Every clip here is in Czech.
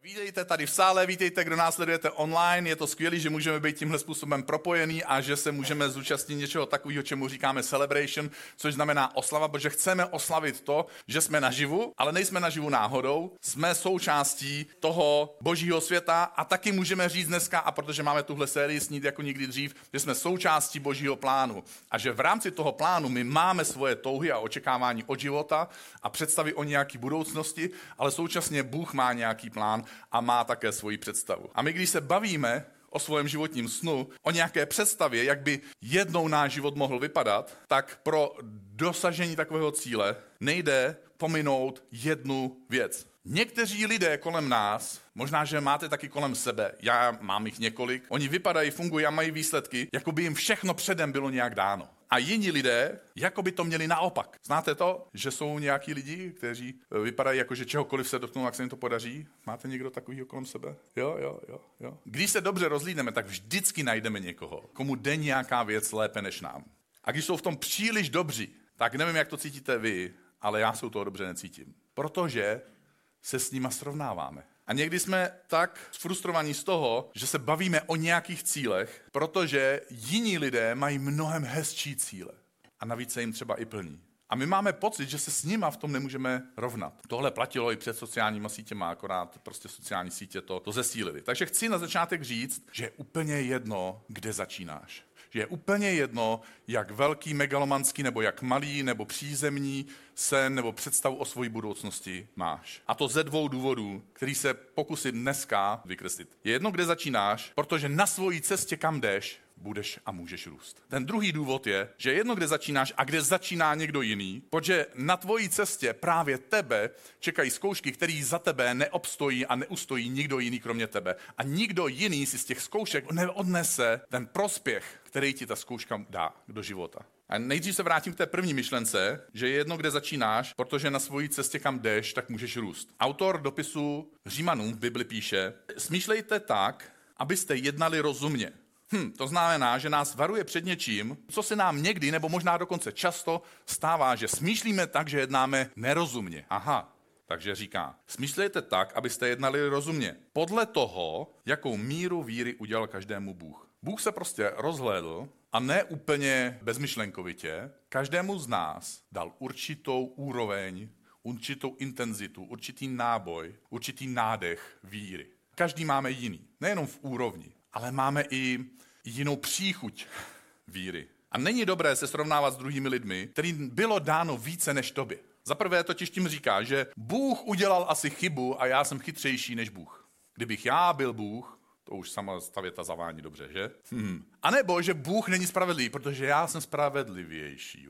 Vítejte tady v sále, vítejte, kdo nás sledujete online. Je to skvělé, že můžeme být tímhle způsobem propojený a že se můžeme zúčastnit něčeho takového, čemu říkáme celebration, což znamená oslava, protože chceme oslavit to, že jsme naživu, ale nejsme naživu náhodou. Jsme součástí toho božího světa a taky můžeme říct dneska, a protože máme tuhle sérii Snít jako nikdy dřív, že jsme součástí božího plánu a že v rámci toho plánu my máme svoje touhy a očekávání od života a představy o nějaké budoucnosti, ale současně Bůh má nějaký plán a má také svoji představu. A my, když se bavíme o svém životním snu, o nějaké představě, jak by jednou náš život mohl vypadat, tak pro dosažení takového cíle nejde pominout jednu věc. Někteří lidé kolem nás, možná, že máte taky kolem sebe, já mám jich několik, oni vypadají, fungují a mají výsledky, jako by jim všechno předem bylo nějak dáno. A jiní lidé, jako by to měli naopak. Znáte to, že jsou nějaký lidi, kteří vypadají jako, že čehokoliv se dotknou, jak se jim to podaří? Máte někdo takovýho kolem sebe? Jo. Když se dobře rozhlídneme, tak vždycky najdeme někoho, komu jde nějaká věc lépe než nám. A když jsou v tom příliš dobří, tak nevím, jak to cítíte vy, ale já se u toho dobře necítím. Protože se s nima srovnáváme. A někdy jsme tak frustrovaní z toho, že se bavíme o nějakých cílech, protože jiní lidé mají mnohem hezčí cíle. A navíc se jim třeba i plní. A my máme pocit, že se s nima v tom nemůžeme rovnat. Tohle platilo i před sociálníma sítěma, akorát prostě sociální sítě to zesílily. Takže chci na začátek říct, že je úplně jedno, kde začínáš. Že je úplně jedno, jak velký, megalomanský, nebo jak malý, nebo přízemní sen, nebo představu o své budoucnosti máš. A to ze dvou důvodů, který se pokusím dneska vykreslit. Je jedno, kde začínáš, protože na svojí cestě, kam jdeš, budeš a můžeš růst. Ten druhý důvod je, že je jedno, kde začínáš a kde začíná někdo jiný, protože na tvojí cestě právě tebe čekají zkoušky, které za tebe neobstojí a neustojí nikdo jiný kromě tebe. A nikdo jiný si z těch zkoušek neodnese ten prospěch, který ti ta zkouška dá do života. A nejdřív se vrátím k té první myšlence, že je jedno, kde začínáš, protože na svojí cestě, kam jdeš, tak můžeš růst. Autor dopisu Římanům v Bibli píše: smýšlejte tak, abyste jednali rozumně. To znamená, že nás varuje před něčím, co se nám někdy, nebo možná dokonce často stává, že smýšlíme tak, že jednáme nerozumně. Aha, takže říká, smýšlejte tak, abyste jednali rozumně. Podle toho, jakou míru víry udělal každému Bůh. Bůh se prostě rozhlédl a ne úplně bezmyšlenkovitě, každému z nás dal určitou úroveň, určitou intenzitu, určitý náboj, určitý nádech víry. Každý máme jiný, nejenom v úrovni, ale máme i jinou příchuť víry. A není dobré se srovnávat s druhými lidmi, kterým bylo dáno více než tobě. Za prvé totiž tím říká, že Bůh udělal asi chybu a já jsem chytřejší než Bůh. Kdybych já byl Bůh, to už sama ta věta zavání dobře, že? A nebo, že Bůh není spravedlivý, protože já jsem spravedlivější.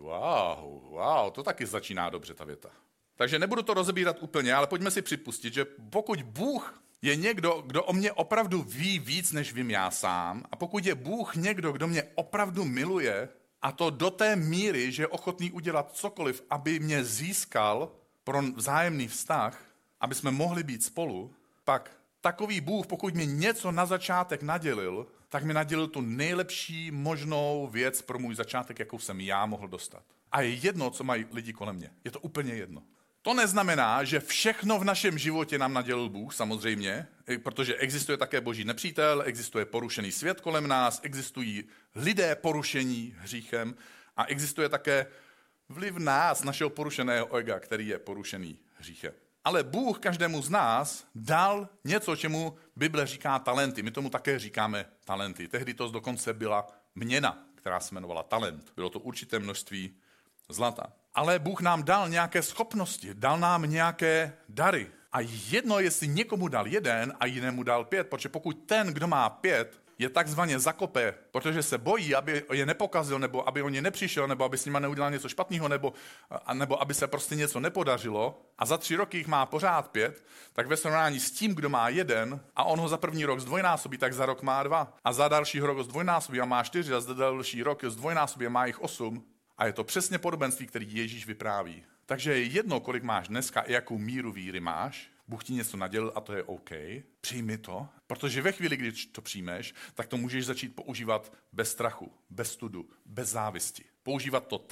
Wow, to taky začíná dobře ta věta. Takže nebudu to rozebírat úplně, ale pojďme si připustit, že pokud Bůh je někdo, kdo o mě opravdu ví víc, než vím já sám, a pokud je Bůh někdo, kdo mě opravdu miluje, a to do té míry, že je ochotný udělat cokoliv, aby mě získal pro vzájemný vztah, aby jsme mohli být spolu, pak takový Bůh, pokud mě něco na začátek nadělil, tak mi nadělil tu nejlepší možnou věc pro můj začátek, jakou jsem já mohl dostat. A je jedno, co mají lidi kolem mě. Je to úplně jedno. To neznamená, že všechno v našem životě nám nadělil Bůh, samozřejmě, protože existuje také boží nepřítel, existuje porušený svět kolem nás, existují lidé porušení hříchem a existuje také vliv nás, našeho porušeného ega, který je porušený hříchem. Ale Bůh každému z nás dal něco, čemu Bible říká talenty. My tomu také říkáme talenty. Tehdy to dokonce byla měna, která se jmenovala talent. Bylo to určité množství zlata. Ale Bůh nám dal nějaké schopnosti, dal nám nějaké dary. A jedno, jestli někomu dal 1 a jinému dal 5, protože pokud ten, kdo má 5, je takzvaně zakope, protože se bojí, aby je nepokazil, nebo aby o ně nepřišel, nebo aby s nima neudělal něco špatného, nebo aby se prostě něco nepodařilo, a za 3 roky jich má pořád 5, tak ve srovnání s tím, kdo má 1 a on ho za první rok zdvojnásobí, tak za rok má 2. A za další rok ho zdvojnásobí a má 4, a za další rok zdvojnásobí a má jich 8. A je to přesně podobenství, který Ježíš vypráví. Takže je jedno, kolik máš dneska i jakou míru víry máš. Bůh ti něco nadělil a to je OK. Přijmi to, protože ve chvíli, kdy to přijmeš, tak to můžeš začít používat bez strachu, bez studu, bez závisti. Používat to tak,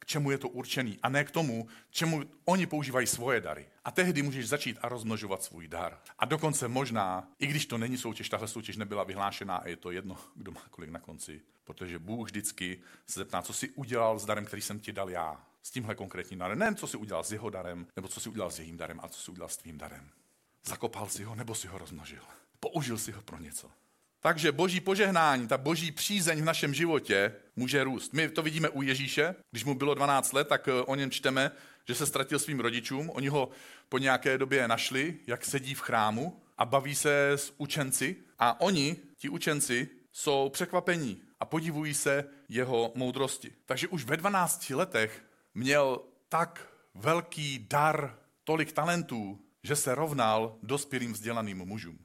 k čemu je to určený a ne k tomu, čemu oni používají svoje dary. A tehdy můžeš začít a rozmnožovat svůj dar. A dokonce možná, i když to není soutěž, tahle soutěž nebyla vyhlášená a je to jedno, kdo má kolik na konci, protože Bůh vždycky se zeptá, co jsi udělal s darem, který jsem ti dal já. S tímhle konkrétním darem. Ne, co jsi udělal s jeho darem, nebo co jsi udělal s jejím darem, a co jsi udělal s tvým darem. Zakopal si ho, nebo si ho rozmnožil. Použil si ho pro něco. Takže boží požehnání, ta boží přízeň v našem životě může růst. My to vidíme u Ježíše, když mu bylo 12 let, tak o něm čteme, že se ztratil svým rodičům. Oni ho po nějaké době našli, jak sedí v chrámu a baví se s učenci. A oni, ti učenci, jsou překvapení a podivují se jeho moudrosti. Takže už ve 12 letech měl tak velký dar, tolik talentů, že se rovnal dospělým vzdělaným mužům.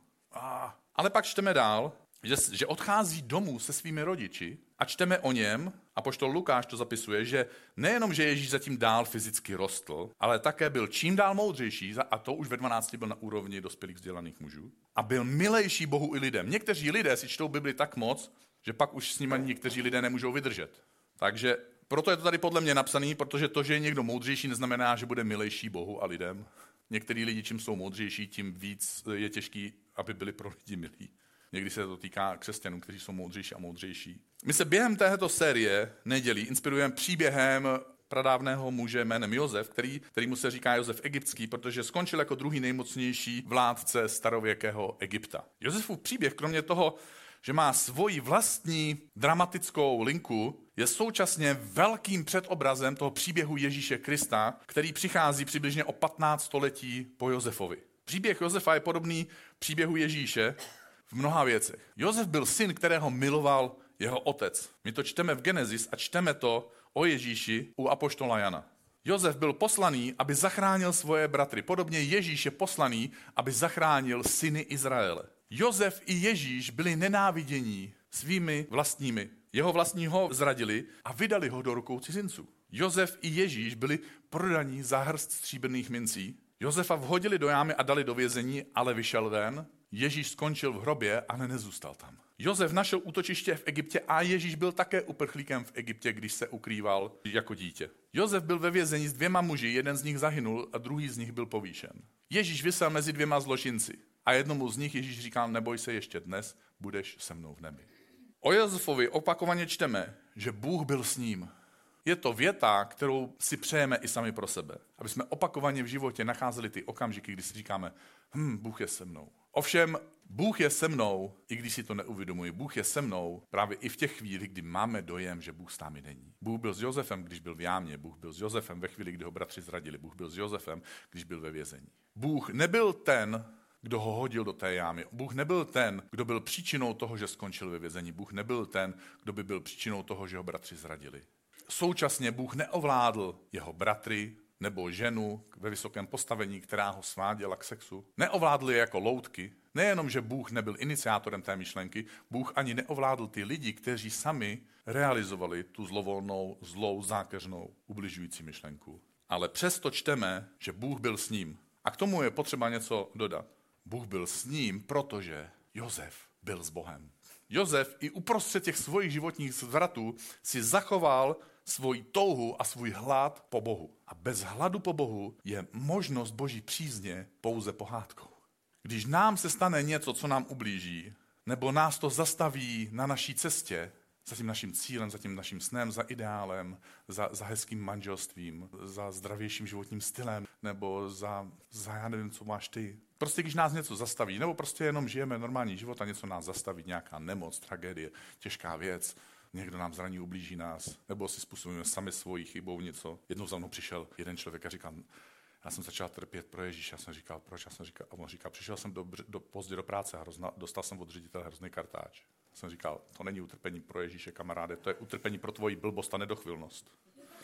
Ale pak čteme dál, že odchází domů se svými rodiči a čteme o něm, apoštol Lukáš to zapisuje, že nejenom, že Ježíš zatím dál fyzicky rostl, ale také byl čím dál moudřejší, a to už ve 12 byl na úrovni dospělých vzdělaných mužů, a byl milejší Bohu i lidem. Někteří lidé si čtou Bibli tak moc, že pak už s nimi někteří lidé nemůžou vydržet. Takže proto je to tady podle mě napsaný, protože to, že je někdo moudřejší, neznamená, že bude milejší Bohu a lidem. Některý lidi, čím jsou moudřejší, tím víc je těžký, aby byli pro lidi milí. Někdy se to týká křesťanů, kteří jsou moudřejší a moudřejší. My se během této série nedělí inspirujeme příběhem pradávného muže jménem Josef, kterýmu se říká Josef Egyptský, protože skončil jako druhý nejmocnější vládce starověkého Egypta. Josefův příběh, kromě toho, že má svoji vlastní dramatickou linku, je současně velkým předobrazem toho příběhu Ježíše Krista, který přichází přibližně o 15 století po Josefovi. Příběh Josefa je podobný příběhu Ježíše v mnoha věcech. Josef byl syn, kterého miloval jeho otec. My to čteme v Genesis a čteme to o Ježíši u apoštola Jana. Josef byl poslaný, aby zachránil svoje bratry. Podobně Ježíš je poslaný, aby zachránil syny Izraele. Josef i Ježíš byli nenávidění svými vlastními. Jeho vlastního zradili a vydali ho do rukou cizinců. Josef i Ježíš byli prodaní za hrst stříbrných mincí. Josefa vhodili do jámy a dali do vězení, ale vyšel ven. Ježíš skončil v hrobě, ale nezůstal tam. Josef našel útočiště v Egyptě a Ježíš byl také uprchlíkem v Egyptě, když se ukrýval jako dítě. Josef byl ve vězení s 2 muži, jeden z nich zahynul a druhý z nich byl povýšen. Ježíš visel mezi 2 zločinci a jednomu z nich Ježíš říkal: neboj se, ještě dnes budeš se mnou v nebi. O Josefovi opakovaně čteme, že Bůh byl s ním. Je to věta, kterou si přejeme i sami pro sebe. Aby jsme opakovaně v životě nacházeli ty okamžiky, kdy si říkáme: Bůh je se mnou. Ovšem, Bůh je se mnou, i když si to neuvědomuji. Bůh je se mnou právě i v těch chvílích, kdy máme dojem, že Bůh s námi není. Bůh byl s Josefem, když byl v jámě. Bůh byl s Josefem ve chvíli, kdy ho bratři zradili. Bůh byl s Josefem, když byl ve vězení. Bůh nebyl ten, kdo ho hodil do té jámy. Bůh nebyl ten, kdo byl příčinou toho, že skončil ve vězení. Bůh nebyl ten, kdo by byl příčinou toho, že ho bratři zradili. Současně Bůh neovládl jeho bratry nebo ženu ve vysokém postavení, která ho sváděla k sexu. Neovládl je jako loutky. Nejenom, že Bůh nebyl iniciátorem té myšlenky, Bůh ani neovládl ty lidi, kteří sami realizovali tu zlovolnou, zlou, zákeřnou, ubližující myšlenku. Ale přesto čteme, že Bůh byl s ním. A k tomu je potřeba něco dodat. Bůh byl s ním, protože Josef byl s Bohem. Josef i uprostřed těch svojich životních zvratů si zachoval svoji touhu a svůj hlad po Bohu. A bez hladu po Bohu je možnost Boží přízně pouze pohádkou. Když nám se stane něco, co nám ublíží, nebo nás to zastaví na naší cestě, za tím naším cílem, za tím naším snem, za ideálem, za hezkým manželstvím, za zdravějším životním stylem, nebo za já nevím, co máš ty. Prostě když nás něco zastaví, nebo prostě jenom žijeme normální život a něco nás zastaví, nějaká nemoc, tragédie, těžká věc, někdo nám zraní, ublíží nás, nebo si způsobíme sami svojí chybou něco. Jednou za mnou přišel jeden člověk a říkal: já jsem začal trpět pro Ježíše. Já jsem říkal: proč? A on říkal: přišel jsem pozdě do práce a dostal jsem od ředitele hrozný kartáč. Já jsem říkal: to není utrpení pro Ježíše, kamaráde, to je utrpení pro tvoji blbost a nedochvilnost.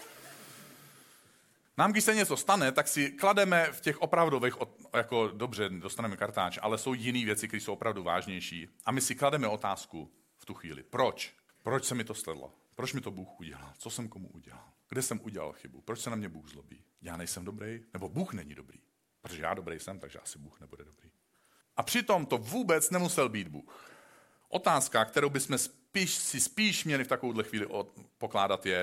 Nám, když se něco stane, tak si klademe v těch opravdových, jako dobře, dostaneme kartáč, ale jsou jiné věci, které jsou opravdu vážnější. A my si klademe otázku v tu chvíli: proč? Proč se mi to stalo? Proč mi to Bůh udělal? Co jsem komu udělal? Kde jsem udělal chybu? Proč se na mě Bůh zlobí? Já nejsem dobrý? Nebo Bůh není dobrý? Protože já dobrý jsem, takže asi Bůh nebude dobrý. A přitom to vůbec nemusel být Bůh. Otázka, kterou bychom spíš měli v takovouhle chvíli pokládat, je: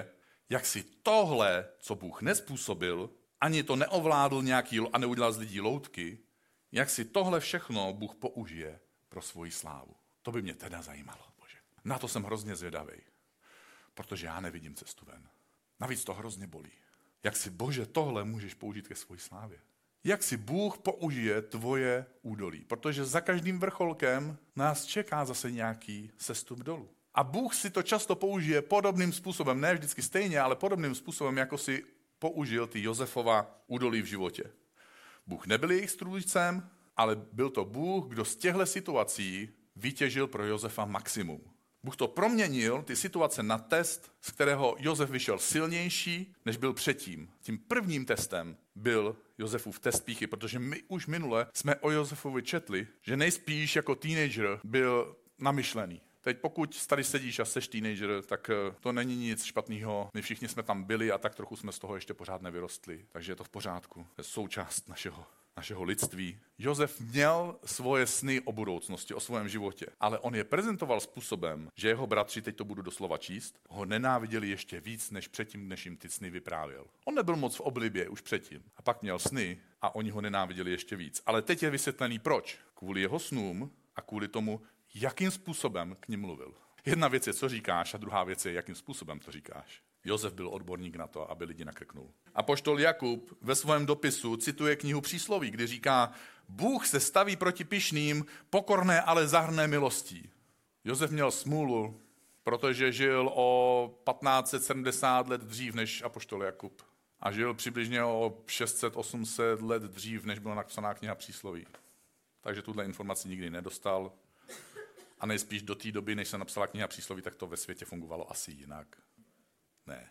jak si tohle, co Bůh nespůsobil, ani to neovládl nějaký a neudělal z lidí loutky, jak si tohle všechno Bůh použije pro svoji slávu. To by mě teda zajímalo, Bože. Na to jsem hrozně zvědavej, protože já nevidím cestu ven. Navíc to hrozně bolí. Jak si, Bože, tohle můžeš použít ke své slávě? Jak si Bůh použije tvoje údolí? Protože za každým vrcholkem nás čeká zase nějaký sestup dolů. A Bůh si to často použije podobným způsobem, ne vždycky stejně, ale podobným způsobem, jako si použil ty Josefova údolí v životě. Bůh nebyl jejich strůjcem, ale byl to Bůh, kdo z těchto situací vytěžil pro Josefa maximum. Bůh to proměnil, ty situace, na test, z kterého Josef vyšel silnější, než byl předtím. Tím prvním testem byl Josefův test pýchy, protože my už minule jsme o Josefovi četli, že nejspíš jako teenager byl namyšlený. Teď pokud tady sedíš a seš teenager, tak to není nic špatného. My všichni jsme tam byli a tak trochu jsme z toho ještě pořád nevyrostli. Takže je to v pořádku. To je součást našeho lidství. Josef měl svoje sny o budoucnosti, o svém životě, ale on je prezentoval způsobem, že jeho bratři, teď to budu doslova číst, ho nenáviděli ještě víc, než předtím, než jim ty sny vyprávěl. On nebyl moc v oblibě už předtím. A pak měl sny a oni ho nenáviděli ještě víc. Ale teď je vysvětlený proč. Kvůli jeho snům a kvůli tomu, jakým způsobem k nim mluvil. Jedna věc je, co říkáš, a druhá věc je, jakým způsobem to říkáš. Josef byl odborník na to, aby lidi nakrknul. Apoštol Jakub ve svém dopisu cituje knihu Přísloví, kdy říká: Bůh se staví proti pyšným, pokorné ale zahrne milostí. Josef měl smůlu, protože žil o 1570 let dřív než apoštol Jakub. A žil přibližně o 600-800 let dřív, než byla napsaná kniha Přísloví. Takže tuhle informaci nikdy nedostal. A nejspíš do té doby, než se napsala kniha Přísloví, tak to ve světě fungovalo asi jinak. Ne.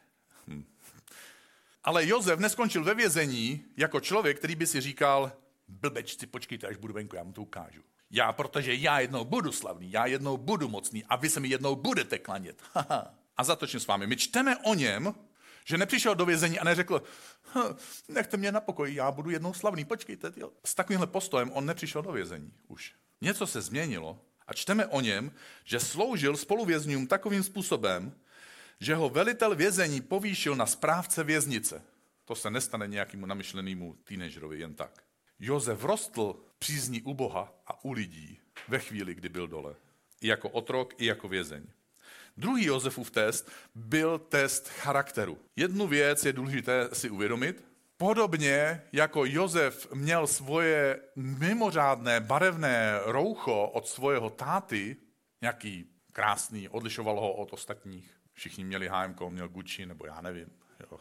Ale Josef neskončil ve vězení jako člověk, který by si říkal: blbečci, počkejte, až budu venku, já mu to ukážu. Protože já jednou budu slavný, já jednou budu mocný a vy se mi jednou budete klanět. A zatočím s vámi. My čteme o něm, že nepřišel do vězení a neřekl: nechte mě na pokoji, já budu jednou slavný, počkejte. Jo. S takovýmhle postojem on nepřišel do vězení už. Něco se změnilo a čteme o něm, že sloužil spoluvězňům takovým způsobem, že ho velitel vězení povýšil na správce věznice. To se nestane nějakému namyšlenému teenagerovi jen tak. Josef rostl přízní u Boha a u lidí ve chvíli, kdy byl dole. I jako otrok, i jako vězeň. Druhý Josefův test byl test charakteru. Jednu věc je důležité si uvědomit. Podobně jako Josef měl svoje mimořádné barevné roucho od svého táty, nějaký krásný, odlišoval ho od ostatních. Všichni měli HM, měl Gucci, nebo já nevím. Jo.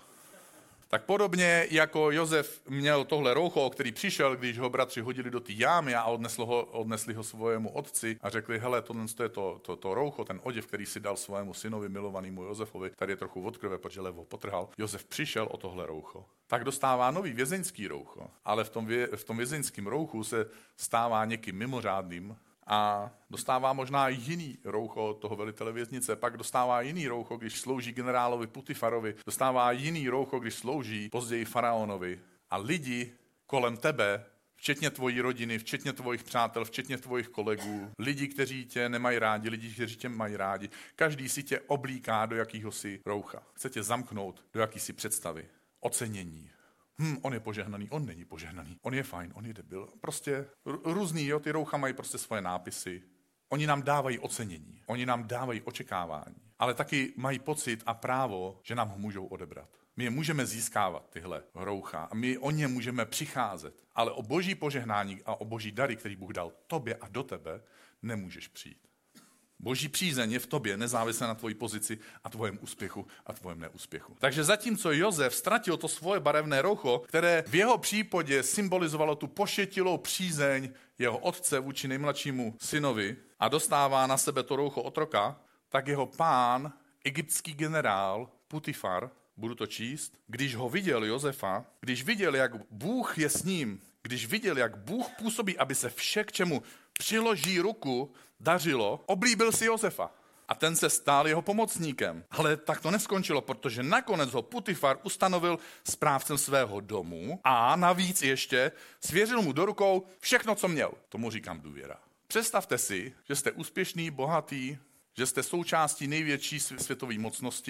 Tak podobně jako Josef měl tohle roucho, který přišel, když ho bratři hodili do té jámy a odnesli ho svému otci a řekli: hele, tohle je to roucho, ten oděv, který si dal svému synovi milovanému Josefovi, tady je trochu od krve, protože levo potrhal. Josef přišel o tohle roucho. Tak dostává nový vězeňský roucho, ale v tom vězeňském rouchu se stává někým mimořádným a dostává možná jiný roucho od toho velitele věznice, pak dostává jiný roucho, když slouží generálovi Putifarovi, dostává jiný roucho, když slouží později faraonovi. A lidi kolem tebe, včetně tvojí rodiny, včetně tvojich přátel, včetně tvojich kolegů, lidi, kteří tě nemají rádi, lidi, kteří tě mají rádi, každý si tě oblíká do jakýhosi roucha. Chce tě zamknout do jakýsi představy, ocenění. On je požehnaný, on není požehnaný, on je fajn, on je debil. Prostě různý, jo, ty roucha mají prostě svoje nápisy. Oni nám dávají ocenění, oni nám dávají očekávání, ale taky mají pocit a právo, že nám ho můžou odebrat. My je můžeme získávat, tyhle roucha, a my o ně můžeme přicházet, ale o boží požehnání a o boží dary, který Bůh dal tobě a do tebe, nemůžeš přijít. Boží přízeň je v tobě, nezávisle na tvojí pozici a tvojem úspěchu a tvojem neúspěchu. Takže zatímco Josef ztratil to svoje barevné roucho, které v jeho případě symbolizovalo tu pošetilou přízeň jeho otce vůči nejmladšímu synovi a dostává na sebe to roucho otroka, tak jeho pán, egyptský generál Putifar, budu to číst, když ho viděl Josefa, když viděl, jak Bůh je s ním, když viděl, jak Bůh působí, aby se vše, k čemu přiloží ruku, dařilo, oblíbil si Josefa. A ten se stal jeho pomocníkem. Ale tak to neskončilo, protože nakonec ho Putifar ustanovil správcem svého domu a navíc ještě svěřil mu do rukou všechno, co měl. Tomu říkám důvěra. Představte si, že jste úspěšný, bohatý, že jste součástí největší světové mocnosti a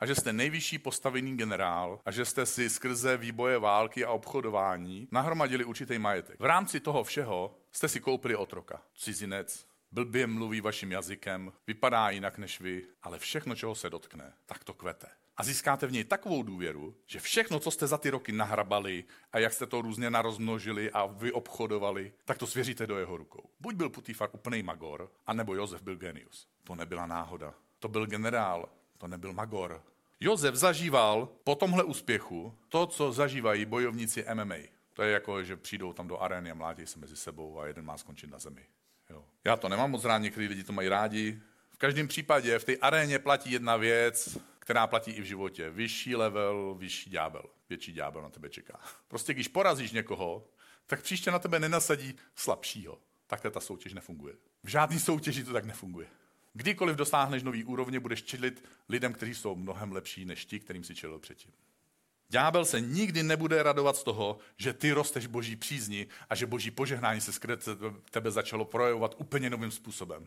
a že jste nejvyšší postavený generál a že jste si skrze výboje války a obchodování nahromadili určitý majetek. V rámci toho všeho jste si koupili otroka, cizinec, blbě mluví vaším jazykem, vypadá jinak než vy, ale všechno, čeho se dotkne, tak to kvete. A získáte v něj takovou důvěru, že všechno, co jste za ty roky nahrabali a jak jste to různě narozmnožili a vyobchodovali, tak to svěříte do jeho rukou. Buď byl Putifar úplnej magor, anebo Josef byl genius. To nebyla náhoda. To byl generál, to nebyl magor. Josef zažíval po tomhle úspěchu to, co zažívají bojovníci MMA. To je jako, že přijdou tam do arény a mlátí se mezi sebou a jeden má skončit na zemi. Jo. Já to nemám moc rád, někteří lidi to mají rádi. V každém případě v té aréně platí jedna věc, která platí i v životě. Vyšší level, vyšší ďábel. Větší ďábel na tebe čeká. Prostě když porazíš někoho, tak příště na tebe nenasadí slabšího. Takhle ta soutěž nefunguje. V žádný soutěži to tak nefunguje. Kdykoliv dosáhneš nový úrovně, budeš čelit lidem, kteří jsou mnohem lepší než ti, kterým si čelil předtím. Ďábel se nikdy nebude radovat z toho, že ty rosteš boží přízni a že boží požehnání se skrze tebe začalo projevovat úplně novým způsobem.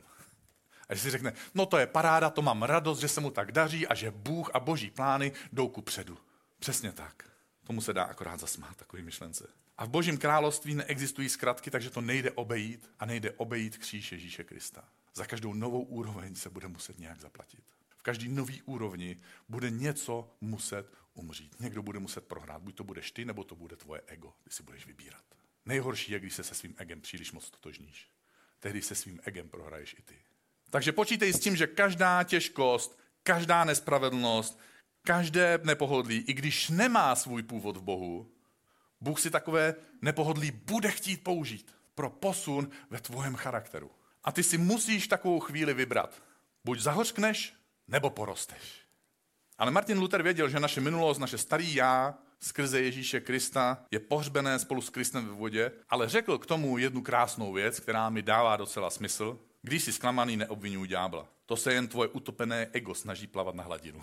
A že si řekne, no to je paráda, to mám radost, že se mu tak daří a že Bůh a boží plány jdou ku předu. Přesně tak. Tomu se dá akorát zasmát, takový myšlence. A v božím království neexistují zkratky, takže to nejde obejít a nejde obejít kříž Ježíše Krista. Za každou novou úroveň se bude muset nějak zaplatit. V každý nový úrovni bude něco muset umřít. Někdo bude muset prohrát. Buď to budeš ty, nebo to bude tvoje ego, když si budeš vybírat. Nejhorší je, když se svým egem příliš moc totožníš. Tehdy se svým egem prohraješ i ty. Takže počítej s tím, že každá těžkost, každá nespravedlnost, každé nepohodlí, i když nemá svůj původ v Bohu, Bůh si takové nepohodlí bude chtít použít pro posun ve tvém charakteru. A ty si musíš takovou chvíli vybrat. Buď zahořkneš, nebo porosteš. Ale Martin Luther věděl, že naše minulost, naše starý já skrze Ježíše Krista je pohřbené spolu s Kristem ve vodě, ale řekl k tomu jednu krásnou věc, která mi dává docela smysl. Když jsi zklamaný, neobvinuj ďábla. To se jen tvoje utopené ego snaží plavat na hladinu.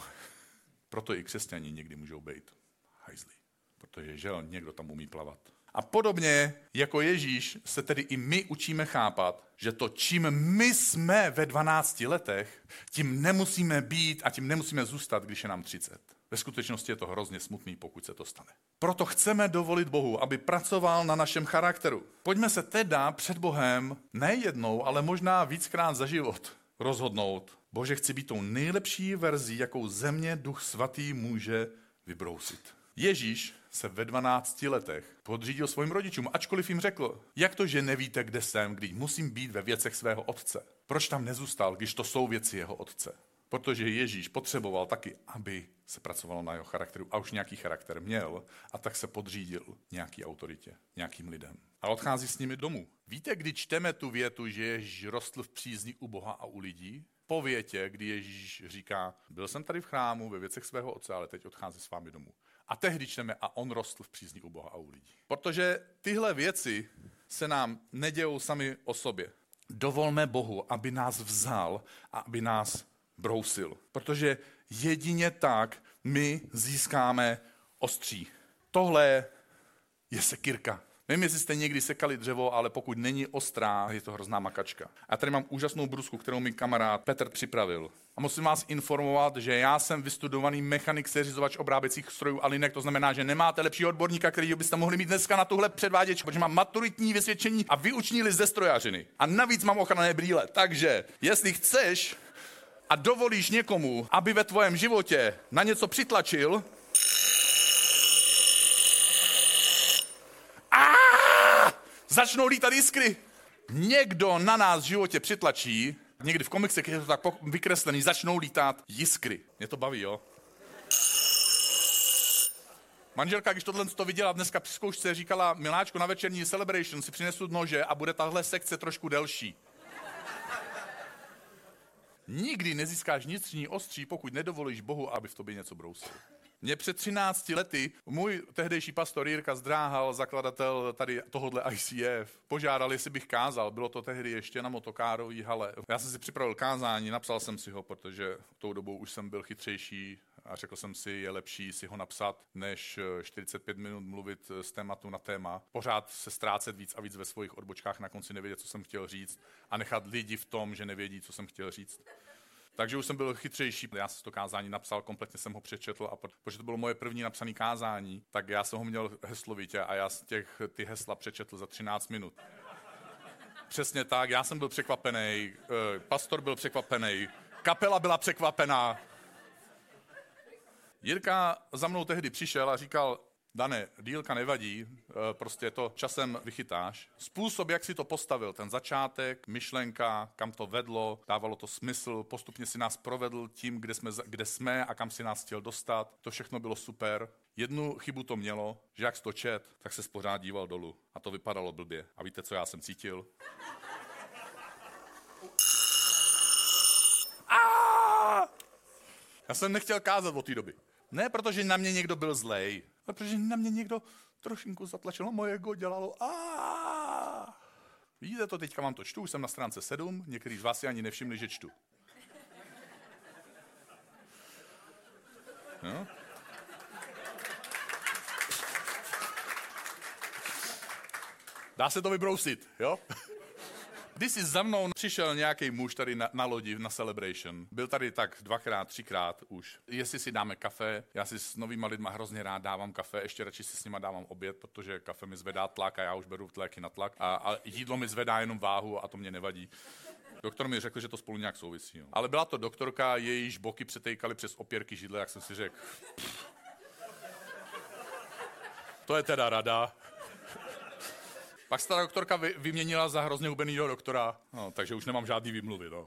Proto i křesťané někdy můžou být hajzlí. Protože žel, někdo tam umí plavat. A podobně jako Ježíš se tedy i my učíme chápat, že to, čím my jsme ve 12 letech, tím nemusíme být a tím nemusíme zůstat, když je nám 30. Ve skutečnosti je to hrozně smutný, pokud se to stane. Proto chceme dovolit Bohu, aby pracoval na našem charakteru. Pojďme se teda před Bohem ne jednou, ale možná víckrát za život rozhodnout. Bože, chci být tou nejlepší verzí, jakou ze mě Duch Svatý může vybrousit. Ježíš se ve 12 letech podřídil svým rodičům, ačkoliv jim řekl, jak to, že nevíte, kde jsem, když musím být ve věcech svého otce. Proč tam nezůstal, když to jsou věci jeho otce? Protože Ježíš potřeboval taky, aby se pracovalo na jeho charakteru a už nějaký charakter měl a tak se podřídil nějaký autoritě, nějakým lidem. A odchází s nimi domů. Víte, kdy čteme tu větu, že Ježíš rostl v přízni u Boha a u lidí? Po větě, kdy Ježíš říká, byl jsem tady v chrámu ve věcech svého otce, ale teď odchází s vámi domů. A tehdy čteme, a on rostl v přízni u Boha a u lidí. Protože tyhle věci se nám nedějou sami o sobě. Dovolme Bohu, aby nás vzal a aby nás brousil. Protože jedině tak my získáme ostří. Tohle je sekyrka. Nevím, jestli jste někdy sekali dřevo, ale pokud není ostrá, je to hrozná makačka. A tady mám úžasnou brusku, kterou mi kamarád Petr připravil. A musím vás informovat, že já jsem vystudovaný mechanik, seřizovač obráběcích strojů a linek, to znamená, že nemáte lepšího odborníka, kterýho byste mohli mít dneska na tuhle předváděčku, protože mám maturitní vysvědčení a vyuční list ze strojařiny. A navíc mám ochranné brýle. Takže, jestli chceš a dovolíš někomu, aby ve tvém životě na něco přitlačil, začnou lítat jiskry. Někdo na nás v životě přitlačí, někdy v komiksech je to tak vykreslený, začnou lítat jiskry. Mě to baví, jo? Manželka, když tohle viděla dneska při zkoušce, říkala, miláčku, na večerní celebration si přinesu nože a bude tahle sekce trošku delší. Nikdy nezískáš vnitřní ostří, pokud nedovolíš Bohu, aby v tobě něco brousil. Mě před 13 lety můj tehdejší pastor Jirka Zdráhal, zakladatel tady tohodle ICF, požádal, jestli bych kázal. Bylo to tehdy ještě na motokárový hale. Já jsem si připravil kázání, napsal jsem si ho, protože tou dobou už jsem byl chytřejší a řekl jsem si, je lepší si ho napsat, než 45 minut mluvit z tématu na téma. Pořád se ztrácet víc a víc ve svých odbočkách, na konci nevědět, co jsem chtěl říct a nechat lidi v tom, že nevědí, co jsem chtěl říct. Takže už jsem byl chytřejší. Já jsem to kázání napsal, kompletně jsem ho přečetl a protože to bylo moje první napsané kázání, tak já jsem ho měl heslovitě a já ty hesla přečetl za 13 minut. Přesně tak, já jsem byl překvapený, pastor byl překvapený, kapela byla překvapená. Jirka za mnou tehdy přišel a říkal, Dane, dílka nevadí, prostě to časem vychytáš. Způsob, jak si to postavil, ten začátek, myšlenka, kam to vedlo, dávalo to smysl, postupně si nás provedl tím, kde jsme a kam si nás chtěl dostat. To všechno bylo super. Jednu chybu to mělo, že jak jsi to čet, tak se pořád díval dolů. A to vypadalo blbě. A víte, co já jsem cítil? Já jsem nechtěl kázat od té doby. Ne, protože na mě někdo byl zlej, ale protože na mě někdo trošinku zatlačil, moje ego dělalo Vidíte to, teďka vám to čtu, už jsem na stránce 7, některý z vás si ani nevšimli, že čtu. No. Dá se to vybrousit, jo? Když si za mnou přišel nějaký muž tady na lodi na Celebration, byl tady tak 2x, 3x už. Jestli si dáme kafe, já si s novýma lidma hrozně rád dávám kafe, ještě radši si s nima dávám oběd, protože kafe mi zvedá tlak a já už beru léky na tlak a jídlo mi zvedá jenom váhu a to mě nevadí. Doktor mi řekl, že to spolu nějak souvisí. Jo. Ale byla to doktorka, jejíž boky přetejkaly přes opěrky židle, jak jsem si řekl. To je teda rada. Pak se ta doktorka vyměnila za hrozně hubenýho doktora, no, takže už nemám žádný výmluvy. No.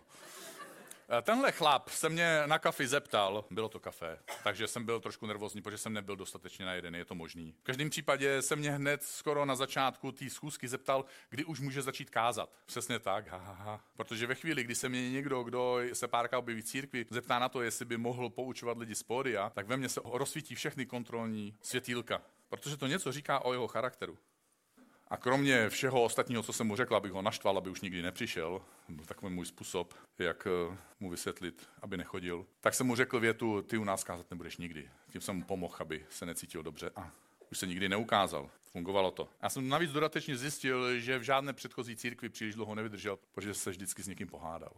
Tenhle chlap se mě na kafi zeptal, bylo to kafe, takže jsem byl trošku nervózní, protože jsem nebyl dostatečně najedený, je to možný. V každém případě se mě hned skoro na začátku té schůzky zeptal, kdy už může začít kázat. Přesně tak, Protože ve chvíli, kdy se mě někdo, kdo se párkrát objeví v církvi, zeptá na to, jestli by mohl poučovat lidi z pódia, tak ve mně se rozsvítí všechny kontrolní světýlka, protože to něco říká o jeho charakteru. A kromě všeho ostatního, co jsem mu řekl, abych ho naštval, aby už nikdy nepřišel, byl takový můj způsob, jak mu vysvětlit, aby nechodil, tak jsem mu řekl větu, ty u nás kázat nebudeš nikdy. Tím jsem mu pomohl, aby se necítil dobře a už se nikdy neukázal. Fungovalo to. Já jsem navíc dodatečně zjistil, že v žádné předchozí církvi příliš dlouho nevydržel, protože se vždycky s někým pohádal.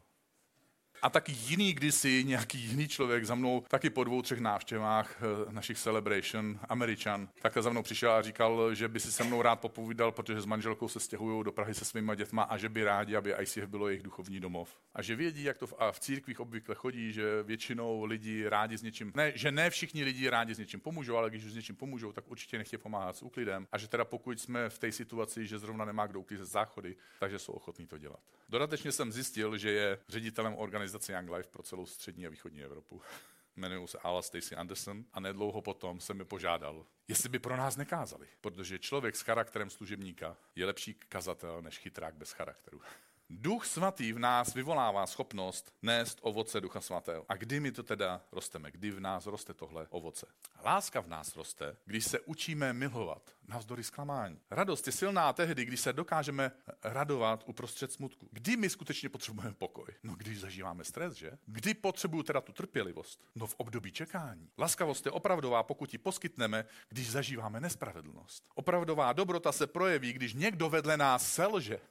A taky jiný kdysi, nějaký jiný člověk za mnou, taky po 2-3 návštěvách našich Celebration, Američan, takhle za mnou přišel a říkal, že by si se mnou rád popovídal, protože s manželkou se stěhují do Prahy se svýma dětma a že by rádi, aby ICF bylo jejich duchovní domov. A že vědí, jak to v církvích obvykle chodí, že většinou lidi rádi s něčím, že ne všichni lidi rádi s něčím pomůžou, ale když už s něčím pomůžou, tak určitě nechtějí pomáhat s úklidem. A že teda pokud jsme v té situaci, že zrovna nemá kdo uklízet záchody, takže jsou ochotní to dělat. Dodatečně jsem zjistil, že je ředitelem organizace Young Life pro celou střední a východní Evropu. Jmenuji se Ala Stacy Anderson a nedlouho potom jsem mi požádal, jestli by pro nás nekázali, protože člověk s charakterem služebníka je lepší kazatel než chytrák bez charakteru. Duch svatý v nás vyvolává schopnost nést ovoce Ducha svatého. A kdy my to teda rosteme? Kdy v nás roste tohle ovoce? Láska v nás roste, když se učíme milovat navzdory zklamání. Radost je silná tehdy, když se dokážeme radovat uprostřed smutku. Kdy my skutečně potřebujeme pokoj? No když zažíváme stres, že? Kdy potřebuju teda tu trpělivost? No v období čekání. Laskavost je opravdová, pokud ji poskytneme, když zažíváme nespravedlnost. Opravdová dobrota se projeví, když někdo vedle nás selže.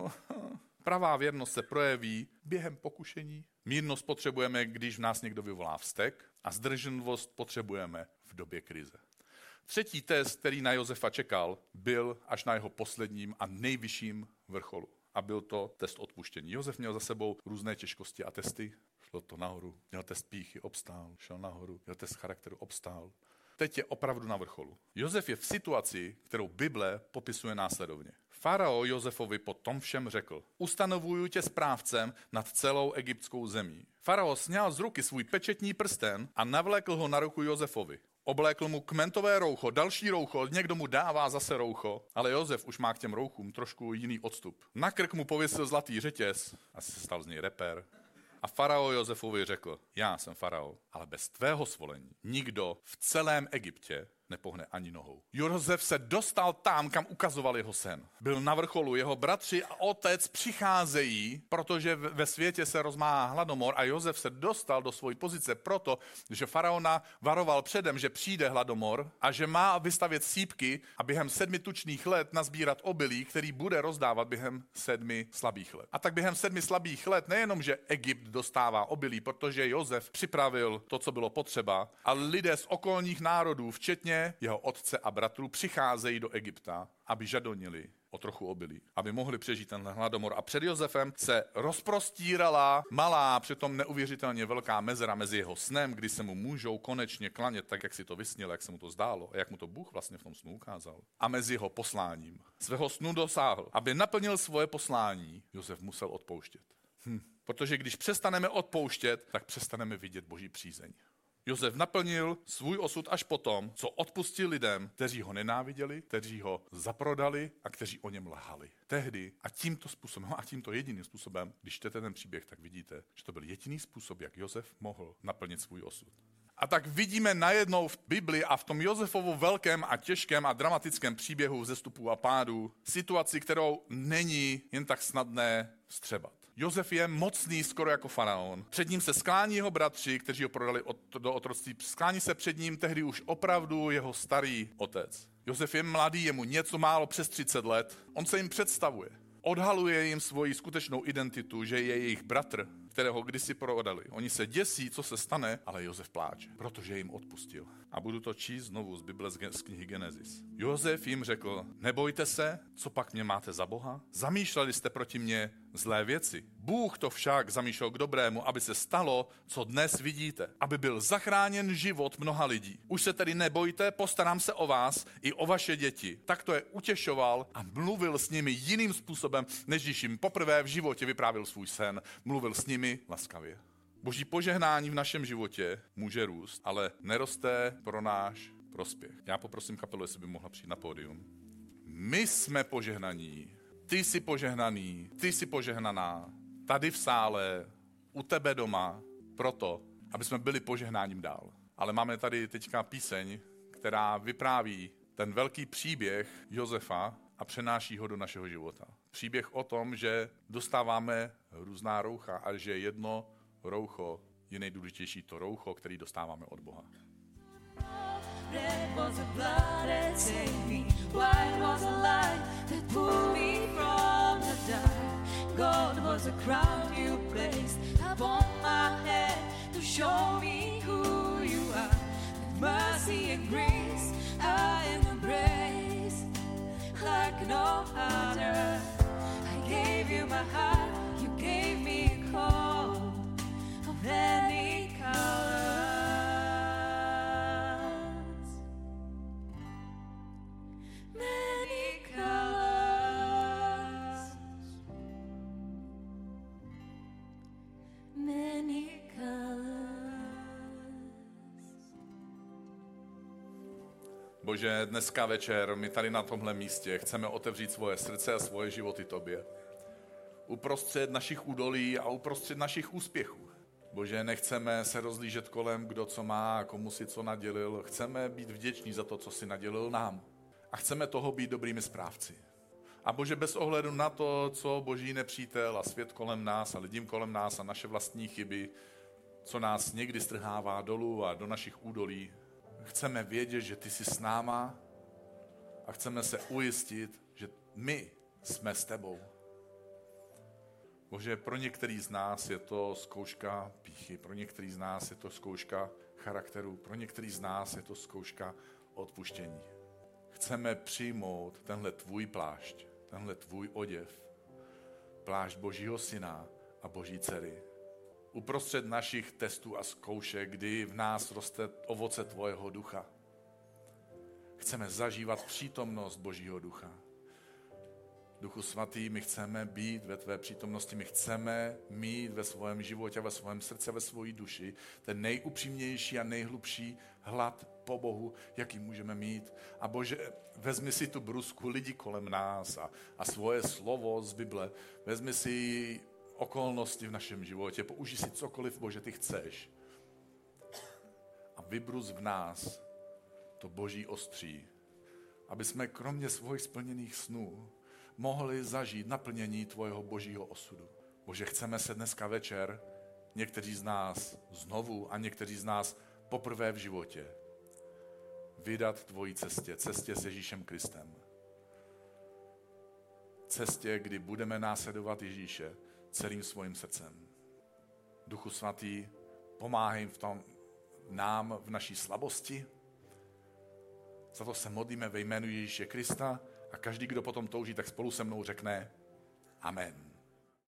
Pravá věrnost se projeví během pokušení. Mírnost potřebujeme, když v nás někdo vyvolá vztek a zdrženlivost potřebujeme v době krize. Třetí test, který na Josefa čekal, byl až na jeho posledním a nejvyšším vrcholu. A byl to test odpuštění. Josef měl za sebou různé těžkosti a testy. Šlo to nahoru. Měl test pýchy, obstál. Šel nahoru. Měl test charakteru, obstál. Teď je opravdu na vrcholu. Josef je v situaci, kterou Bible popisuje následovně. Farao Josefovi po tom všem řekl, ustanovuju tě správcem nad celou egyptskou zemí. Farao sňal z ruky svůj pečetní prsten a navlékl ho na ruku Josefovi. Oblékl mu kmentové roucho, další roucho, někdo mu dává zase roucho, ale Josef už má k těm rouchům trošku jiný odstup. Na krk mu pověsil zlatý řetěz, asi se stal z něj reper. A farao Josefovi řekl, já jsem farao, ale bez tvého svolení nikdo v celém Egyptě nepohne ani nohou. Josef se dostal tam, kam ukazoval jeho sen. Byl na vrcholu, jeho bratři a otec přicházejí, protože ve světě se rozmáhá hladomor a Josef se dostal do své pozice proto, že faraona varoval předem, že přijde hladomor a že má vystavět sýpky a během 7 tučných let nazbírat obilí, který bude rozdávat během 7 slabých let. A tak během 7 slabých let nejenom, že Egypt dostává obilí, protože Josef připravil to, co bylo potřeba, ale lidé z okolních národů, včetně jeho otce a bratrů, přicházejí do Egypta, aby žadonili o trochu obilí, aby mohli přežít ten hladomor. A před Josefem se rozprostírala malá, přitom neuvěřitelně velká mezera mezi jeho snem, kdy se mu můžou konečně klanět tak, jak si to vysnil, jak se mu to zdálo a jak mu to Bůh vlastně v tom snu ukázal. A mezi jeho posláním. Svého snu dosáhl. Aby naplnil svoje poslání, Josef musel odpouštět. Protože když přestaneme odpouštět, tak přestaneme vidět Boží přízeň. Josef naplnil svůj osud až potom, co odpustil lidem, kteří ho nenáviděli, kteří ho zaprodali a kteří o něm lhali. Tehdy a tímto jediným způsobem, když čtete ten příběh, tak vidíte, že to byl jediný způsob, jak Josef mohl naplnit svůj osud. A tak vidíme najednou v Bibli a v tom Josefovu velkém a těžkém a dramatickém příběhu vzestupu a pádu situaci, kterou není jen tak snadné vstřebat. Josef je mocný skoro jako faraon. Před ním se sklání jeho bratři, kteří ho prodali do otroctví. Sklání se před ním tehdy už opravdu jeho starý otec. Josef je mladý, je mu něco málo přes 30 let. On se jim představuje. Odhaluje jim svoji skutečnou identitu, že je jejich bratr, kterého kdysi prodali. Oni se děsí, co se stane, ale Josef pláče, protože jim odpustil. A budu to číst znovu z Bible z knihy Genesis. Josef jim řekl, nebojte se, co pak mě máte za Boha? Zamýšleli jste proti mně zlé věci. Bůh to však zamýšlel k dobrému, aby se stalo, co dnes vidíte. Aby byl zachráněn život mnoha lidí. Už se tedy nebojte, postarám se o vás i o vaše děti. Tak to je utěšoval a mluvil s nimi jiným způsobem, než když jim poprvé v životě vyprávěl svůj sen. Mluvil s nimi laskavě. Boží požehnání v našem životě může růst, ale neroste pro náš prospěch. Já poprosím kapelu, jestli by mohla přijít na pódium. My jsme požehnaní. Ty jsi požehnaný, ty jsi požehnaná. Tady v sále, u tebe doma, proto, aby jsme byli požehnáním dál. Ale máme tady teďka píseň, která vypráví ten velký příběh Josefa a přenáší ho do našeho života. Příběh o tom, že dostáváme různá roucha a že jedno roucho je nejdůležitější to roucho, který dostáváme od Boha. Red was the blood that saved me. White was the light that pulled me from the dark. Gold was the crown you placed upon my head to show me who you are. With mercy and grace I am embraced like no other. I gave you my heart, you gave me a call of any color. Bože, dneska večer my tady na tomhle místě chceme otevřít svoje srdce a svoje životy tobě. Uprostřed našich údolí a uprostřed našich úspěchů. Bože, nechceme se rozlížet kolem, kdo co má a komu si co nadělil. Chceme být vděční za to, co si nadělil nám. A chceme toho být dobrými správci. A Bože, bez ohledu na to, co boží nepřítel a svět kolem nás a lidím kolem nás a naše vlastní chyby, co nás někdy strhává dolů a do našich údolí, chceme vědět, že ty jsi s náma a chceme se ujistit, že my jsme s tebou. Bože, pro některý z nás je to zkouška pýchy, pro některý z nás je to zkouška charakteru, pro některý z nás je to zkouška odpuštění. Chceme přijmout tenhle tvůj plášť, tenhle tvůj oděv, plášť Božího syna a Boží dcery. Uprostřed našich testů a zkoušek, kdy v nás roste ovoce tvojeho ducha. Chceme zažívat přítomnost Božího ducha. Duchu svatý, my chceme být ve tvé přítomnosti, my chceme mít ve svém životě, ve svém srdci, ve své duši ten nejupřímnější a nejhlubší hlad po Bohu, jaký můžeme mít. A Bože, vezmi si tu brusku lidí kolem nás a svoje slovo z Bible, vezmi si okolnosti v našem životě, použij si cokoliv, Bože, ty chceš. A vybrus v nás to boží ostří, aby jsme kromě svých splněných snů mohli zažít naplnění tvojho božího osudu. Bože, chceme se dneska večer, někteří z nás znovu a někteří z nás poprvé v životě, vydat tvojí cestě s Ježíšem Kristem. Cestě, kdy budeme následovat Ježíše celým svým srdcem. Duchu svatý, pomáhej nám v naší slabosti. Za to se modlíme ve jménu Ježíše Krista a každý, kdo potom touží, tak spolu se mnou řekne Amen.